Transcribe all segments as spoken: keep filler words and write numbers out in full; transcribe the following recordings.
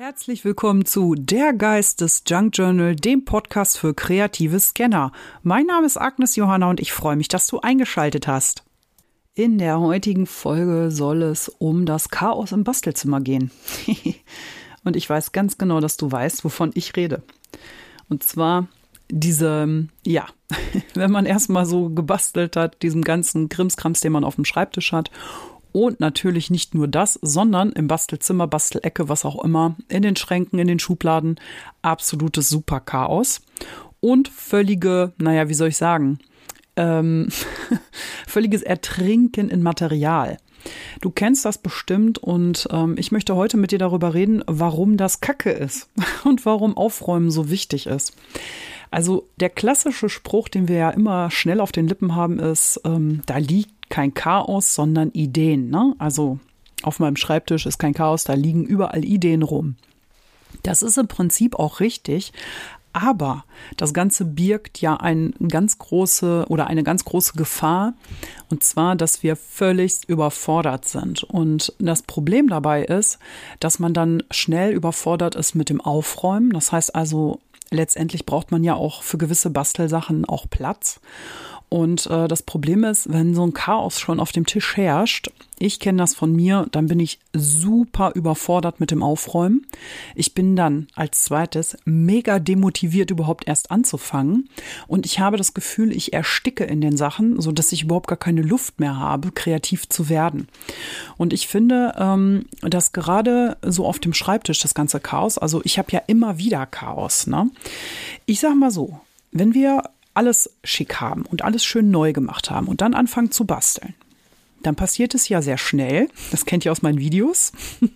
Herzlich willkommen zu Der Geist des Junk Journal, dem Podcast für kreative Scanner. Mein Name ist Agnes Johanna und ich freue mich, dass du eingeschaltet hast. In der heutigen Folge soll es um das Chaos im Bastelzimmer gehen. Und ich weiß ganz genau, dass du weißt, wovon ich rede. Und zwar diese, ja, wenn man erstmal so gebastelt hat, diesem ganzen Krimskrams, den man auf dem Schreibtisch hat. Und natürlich nicht nur das, sondern im Bastelzimmer, Bastelecke, was auch immer, in den Schränken, in den Schubladen, absolutes Superchaos. Und völlige, naja, wie soll ich sagen, ähm, völliges Ertrinken in Material. Du kennst das bestimmt und ähm, ich möchte heute mit dir darüber reden, warum das Kacke ist und warum Aufräumen so wichtig ist. Also der klassische Spruch, den wir ja immer schnell auf den Lippen haben, ist, ähm, da liegt kein Chaos, sondern Ideen. Ne? Also auf meinem Schreibtisch ist kein Chaos, da liegen überall Ideen rum. Das ist im Prinzip auch richtig, aber das Ganze birgt ja eine ganz große oder eine ganz große Gefahr, und zwar, dass wir völlig überfordert sind. Und das Problem dabei ist, dass man dann schnell überfordert ist mit dem Aufräumen. Das heißt also, letztendlich braucht man ja auch für gewisse Bastelsachen auch Platz. Und äh, das Problem ist, wenn so ein Chaos schon auf dem Tisch herrscht, ich kenne das von mir, dann bin ich super überfordert mit dem Aufräumen. Ich bin dann als zweites mega demotiviert, überhaupt erst anzufangen. Und ich habe das Gefühl, ich ersticke in den Sachen, sodass ich überhaupt gar keine Luft mehr habe, kreativ zu werden. Und ich finde, ähm, dass gerade so auf dem Schreibtisch das ganze Chaos, also ich habe ja immer wieder Chaos, ne? Ich sag mal so, wenn wir alles schick haben und alles schön neu gemacht haben und dann anfangen zu basteln, dann passiert es ja sehr schnell. Das kennt ihr aus meinen Videos.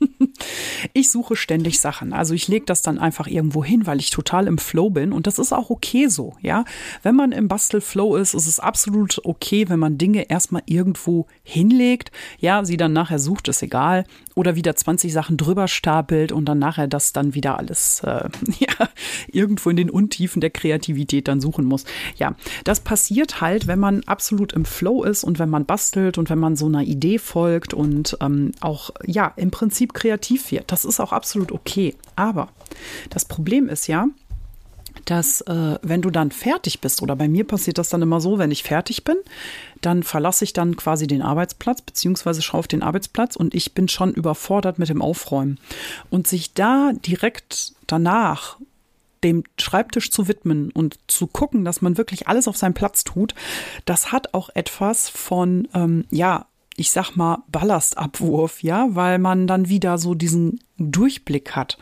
Ich suche ständig Sachen. Also ich lege das dann einfach irgendwo hin, weil ich total im Flow bin. Und das ist auch okay so, ja. Wenn man im Bastelflow ist, ist es absolut okay, wenn man Dinge erstmal irgendwo hinlegt. Ja, sie dann nachher sucht, ist egal. Oder wieder zwanzig Sachen drüber stapelt und dann nachher das dann wieder alles äh, ja, irgendwo in den Untiefen der Kreativität dann suchen muss. Ja, das passiert halt, wenn man absolut im Flow ist und wenn man bastelt und wenn man so einer Idee folgt und ähm, auch ja im Prinzip kreativ wird. Das ist auch absolut okay. Aber das Problem ist ja, dass äh, wenn du dann fertig bist, oder bei mir passiert das dann immer so, wenn ich fertig bin, dann verlasse ich dann quasi den Arbeitsplatz, beziehungsweise schaue auf den Arbeitsplatz und ich bin schon überfordert mit dem Aufräumen. Und sich da direkt danach dem Schreibtisch zu widmen und zu gucken, dass man wirklich alles auf seinen Platz tut, das hat auch etwas von, ähm, ja, ich sag mal, Ballastabwurf, ja, weil man dann wieder so diesen Durchblick hat.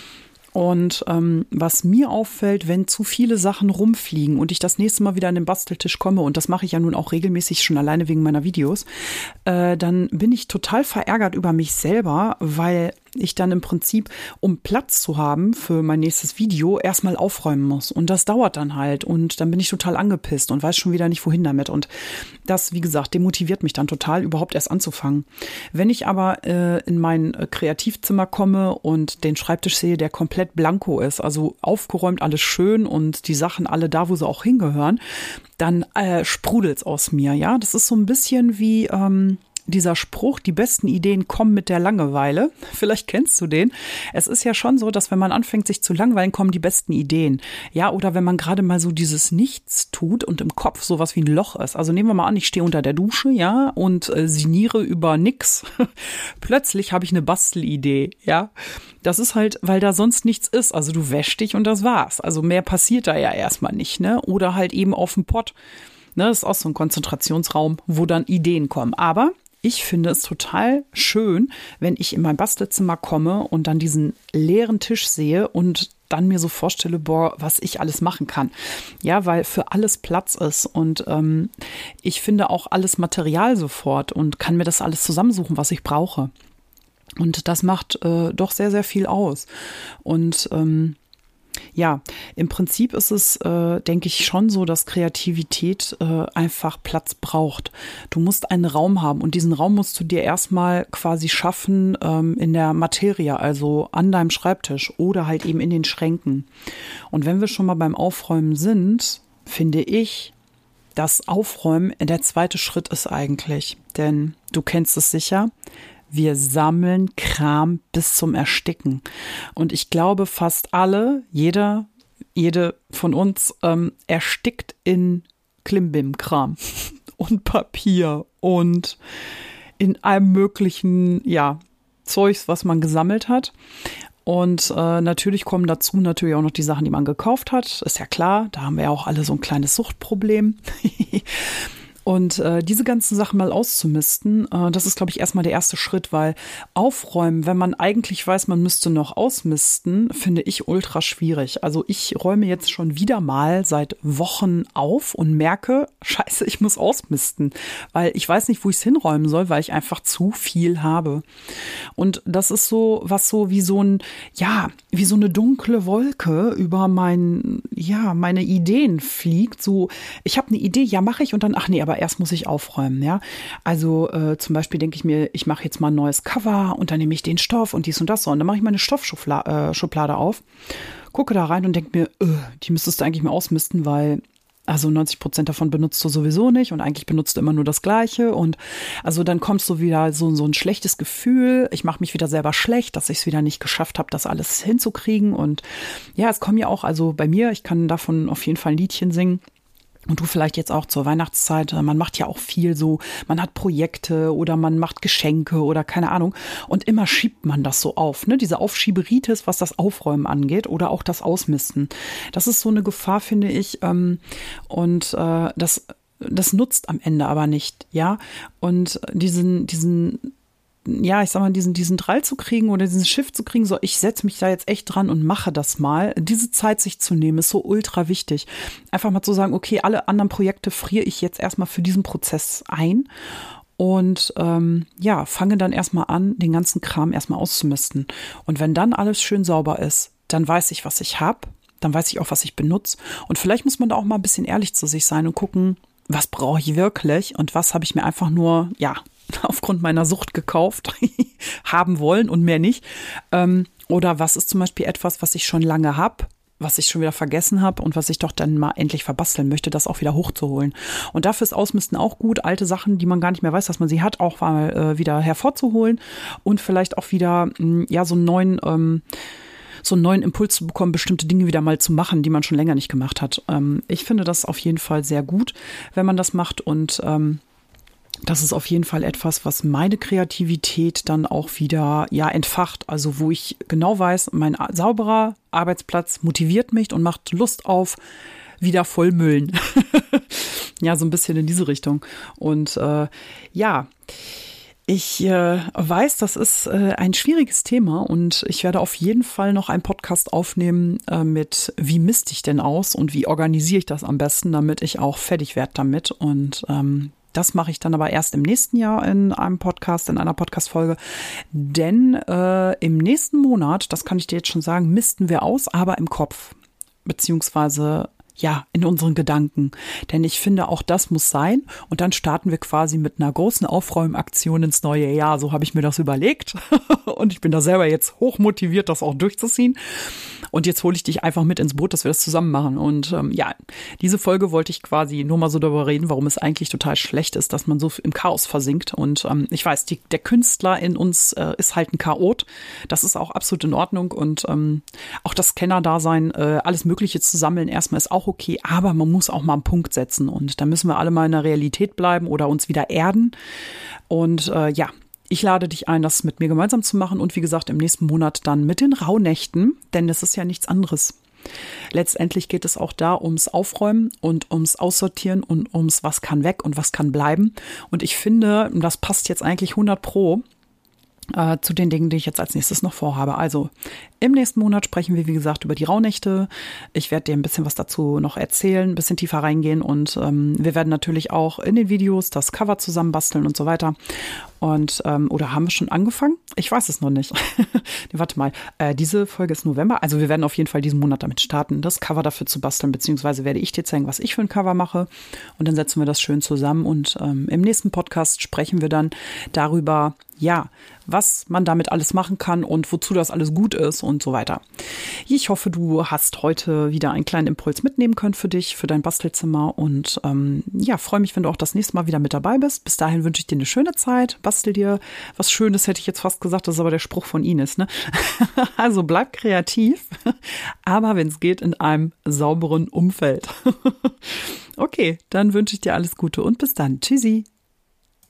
Und ähm, was mir auffällt, wenn zu viele Sachen rumfliegen und ich das nächste Mal wieder an den Basteltisch komme, und das mache ich ja nun auch regelmäßig schon alleine wegen meiner Videos, äh, dann bin ich total verärgert über mich selber, weil ich dann im Prinzip, um Platz zu haben für mein nächstes Video, erstmal aufräumen muss. Und das dauert dann halt. Und dann bin ich total angepisst und weiß schon wieder nicht, wohin damit. Und das, wie gesagt, demotiviert mich dann total, überhaupt erst anzufangen. Wenn ich aber äh, in mein Kreativzimmer komme und den Schreibtisch sehe, der komplett blanko ist, also aufgeräumt, alles schön und die Sachen alle da, wo sie auch hingehören, dann äh, sprudelt's aus mir. Ja, das ist so ein bisschen wie ähm, dieser Spruch, die besten Ideen kommen mit der Langeweile. Vielleicht kennst du den. Es ist ja schon so, dass wenn man anfängt, sich zu langweilen, kommen die besten Ideen. Ja, oder wenn man gerade mal so dieses Nichts tut und im Kopf sowas wie ein Loch ist. Also nehmen wir mal an, ich stehe unter der Dusche, ja, und äh, sinniere über nix. Plötzlich habe ich eine Bastelidee, ja. Das ist halt, weil da sonst nichts ist. Also du wäschst dich und das war's. Also mehr passiert da ja erstmal nicht, ne? Oder halt eben auf dem Pott. Ne, das ist auch so ein Konzentrationsraum, wo dann Ideen kommen. Aber ich finde es total schön, wenn ich in mein Bastelzimmer komme und dann diesen leeren Tisch sehe und dann mir so vorstelle, boah, was ich alles machen kann. Ja, weil für alles Platz ist und ähm, ich finde auch alles Material sofort und kann mir das alles zusammensuchen, was ich brauche. Und das macht äh, doch sehr, sehr viel aus. Und ähm, ja, im Prinzip ist es, äh, denke ich, schon so, dass Kreativität äh, einfach Platz braucht. Du musst einen Raum haben und diesen Raum musst du dir erstmal quasi schaffen ähm, in der Materie, also an deinem Schreibtisch oder halt eben in den Schränken. Und wenn wir schon mal beim Aufräumen sind, finde ich, dass Aufräumen der zweite Schritt ist eigentlich. Denn du kennst es sicher, Wir sammeln Kram bis zum Ersticken. Und ich glaube, fast alle, jeder, jede von uns ähm, erstickt in Klimbim-Kram und Papier und in allem möglichen, ja, Zeugs, was man gesammelt hat. Und äh, natürlich kommen dazu natürlich auch noch die Sachen, die man gekauft hat. Ist ja klar, da haben wir ja auch alle so ein kleines Suchtproblem. Und äh, diese ganzen Sachen mal auszumisten, äh, das ist, glaube ich, erstmal der erste Schritt, weil aufräumen, wenn man eigentlich weiß, man müsste noch ausmisten, finde ich ultra schwierig. Also ich räume jetzt schon wieder mal seit Wochen auf und merke, scheiße, ich muss ausmisten, weil ich weiß nicht, wo ich es hinräumen soll, weil ich einfach zu viel habe. Und das ist so, was so wie so ein, ja, wie so eine dunkle Wolke über mein, ja, meine Ideen fliegt. So, ich habe eine Idee, ja, mache ich und dann, ach nee, aber aber erst muss ich aufräumen, ja. Also äh, zum Beispiel denke ich mir, ich mache jetzt mal ein neues Cover und dann nehme ich den Stoff und dies und das so. Und dann mache ich meine Stoffschublade äh, Schublade auf, gucke da rein und denke mir, äh, die müsstest du eigentlich mal ausmisten, weil also neunzig Prozent davon benutzt du sowieso nicht und eigentlich benutzt du immer nur das Gleiche. Und also dann kommst du wieder so, so ein schlechtes Gefühl. Ich mache mich wieder selber schlecht, dass ich es wieder nicht geschafft habe, das alles hinzukriegen. Und ja, es kommen ja auch, also bei mir, ich kann davon auf jeden Fall ein Liedchen singen. Und du vielleicht jetzt auch zur Weihnachtszeit, man macht ja auch viel so, man hat Projekte oder man macht Geschenke oder keine Ahnung und immer schiebt man das so auf, ne? Diese Aufschieberitis, was das Aufräumen angeht oder auch das Ausmisten. Das ist so eine Gefahr, finde ich, ähm, und äh, das, das nutzt am Ende aber nicht, ja? Und diesen, diesen ja, ich sag mal, diesen, diesen Drall zu kriegen oder diesen Schiff zu kriegen, so, ich setze mich da jetzt echt dran und mache das mal. Diese Zeit sich zu nehmen, ist so ultra wichtig. Einfach mal zu sagen, okay, alle anderen Projekte friere ich jetzt erstmal für diesen Prozess ein und ähm, ja, fange dann erstmal an, den ganzen Kram erstmal auszumisten. Und wenn dann alles schön sauber ist, dann weiß ich, was ich habe, dann weiß ich auch, was ich benutze. Und vielleicht muss man da auch mal ein bisschen ehrlich zu sich sein und gucken, was brauche ich wirklich und was habe ich mir einfach nur, ja, aufgrund meiner Sucht gekauft, haben wollen und mehr nicht. Ähm, oder was ist zum Beispiel etwas, was ich schon lange habe, was ich schon wieder vergessen habe und was ich doch dann mal endlich verbasteln möchte, das auch wieder hochzuholen. Und dafür ist Ausmisten auch gut, alte Sachen, die man gar nicht mehr weiß, dass man sie hat, auch mal äh, wieder hervorzuholen und vielleicht auch wieder mh, ja so einen neuen ähm, so einen neuen Impuls zu bekommen, bestimmte Dinge wieder mal zu machen, die man schon länger nicht gemacht hat. Ähm, ich finde das auf jeden Fall sehr gut, wenn man das macht und ähm, das ist auf jeden Fall etwas, was meine Kreativität dann auch wieder ja entfacht. Also wo ich genau weiß, mein sauberer Arbeitsplatz motiviert mich und macht Lust auf wieder vollmüllen. Ja, so ein bisschen in diese Richtung. Und äh, ja, ich äh, weiß, das ist äh, ein schwieriges Thema und ich werde auf jeden Fall noch einen Podcast aufnehmen äh, mit, wie misste ich denn aus und wie organisiere ich das am besten, damit ich auch fertig werde damit. Und ähm, das mache ich dann aber erst im nächsten Jahr in einem Podcast, in einer Podcast-Folge. Denn äh, im nächsten Monat, das kann ich dir jetzt schon sagen, misten wir aus, aber im Kopf. Beziehungsweise ja, in unseren Gedanken. Denn ich finde, auch das muss sein. Und dann starten wir quasi mit einer großen Aufräumaktion ins neue Jahr. So habe ich mir das überlegt. Und ich bin da selber jetzt hoch motiviert, das auch durchzuziehen. Und jetzt hole ich dich einfach mit ins Boot, dass wir das zusammen machen. Und ähm, ja, diese Folge wollte ich quasi nur mal so darüber reden, warum es eigentlich total schlecht ist, dass man so im Chaos versinkt. Und ähm, ich weiß, die, der Künstler in uns äh, ist halt ein Chaot. Das ist auch absolut in Ordnung. Und ähm, auch das Scanner-Dasein, äh, alles Mögliche zu sammeln, erstmal ist auch okay. Aber man muss auch mal einen Punkt setzen. Und da müssen wir alle mal in der Realität bleiben oder uns wieder erden. Und äh, ja, ich lade dich ein, das mit mir gemeinsam zu machen und wie gesagt im nächsten Monat dann mit den Rauhnächten, denn es ist ja nichts anderes. Letztendlich geht es auch da ums Aufräumen und ums Aussortieren und ums was kann weg und was kann bleiben. Und ich finde, das passt jetzt eigentlich hundert Pro äh, zu den Dingen, die ich jetzt als nächstes noch vorhabe. Also im nächsten Monat sprechen wir, wie gesagt, über die Rauhnächte. Ich werde dir ein bisschen was dazu noch erzählen, ein bisschen tiefer reingehen und ähm, wir werden natürlich auch in den Videos das Cover zusammenbasteln und so weiter. Und, ähm, oder haben wir schon angefangen? Ich weiß es noch nicht. Nee, warte mal, äh, diese Folge ist November. Also wir werden auf jeden Fall diesen Monat damit starten, das Cover dafür zu basteln, beziehungsweise werde ich dir zeigen, was ich für ein Cover mache. Und dann setzen wir das schön zusammen. Und ähm, im nächsten Podcast sprechen wir dann darüber, ja, was man damit alles machen kann und wozu das alles gut ist und so weiter. Ich hoffe, du hast heute wieder einen kleinen Impuls mitnehmen können für dich, für dein Bastelzimmer. Und ähm, ja, freue mich, wenn du auch das nächste Mal wieder mit dabei bist. Bis dahin wünsche ich dir eine schöne Zeit. bastel dir was Schönes, hätte ich jetzt fast gesagt, das ist aber der Spruch von Ines, ne? Also bleib kreativ, aber wenn es geht, in einem sauberen Umfeld. Okay, dann wünsche ich dir alles Gute und bis dann. Tschüssi.